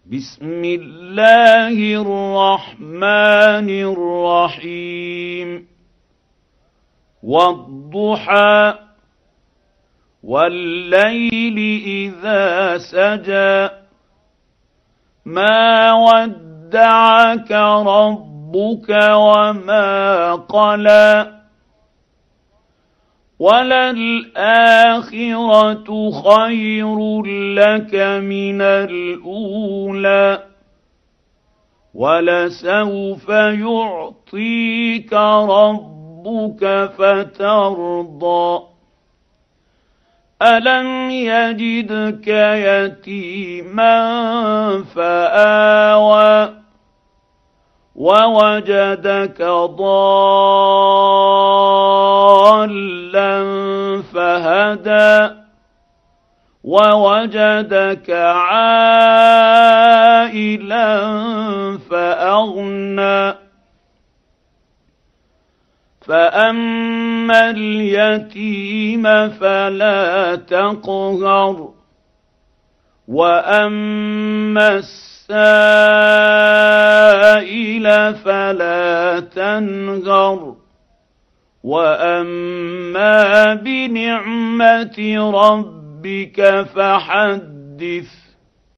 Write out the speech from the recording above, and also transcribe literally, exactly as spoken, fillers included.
بسم الله الرحمن الرحيم والضحى والليل إذا سجى ما ودعك ربك وما قلى وللآخرة خير لك من الأولى ولسوف يعطيك ربك فترضى ألم يجدك يتيما فآوى ووجدك ضالا فهدى ووجدك عائلا فأغنى فأما اليتيم فلا تقهر وأما السائل فلا تنهر وأما بنعمة ربك فحدث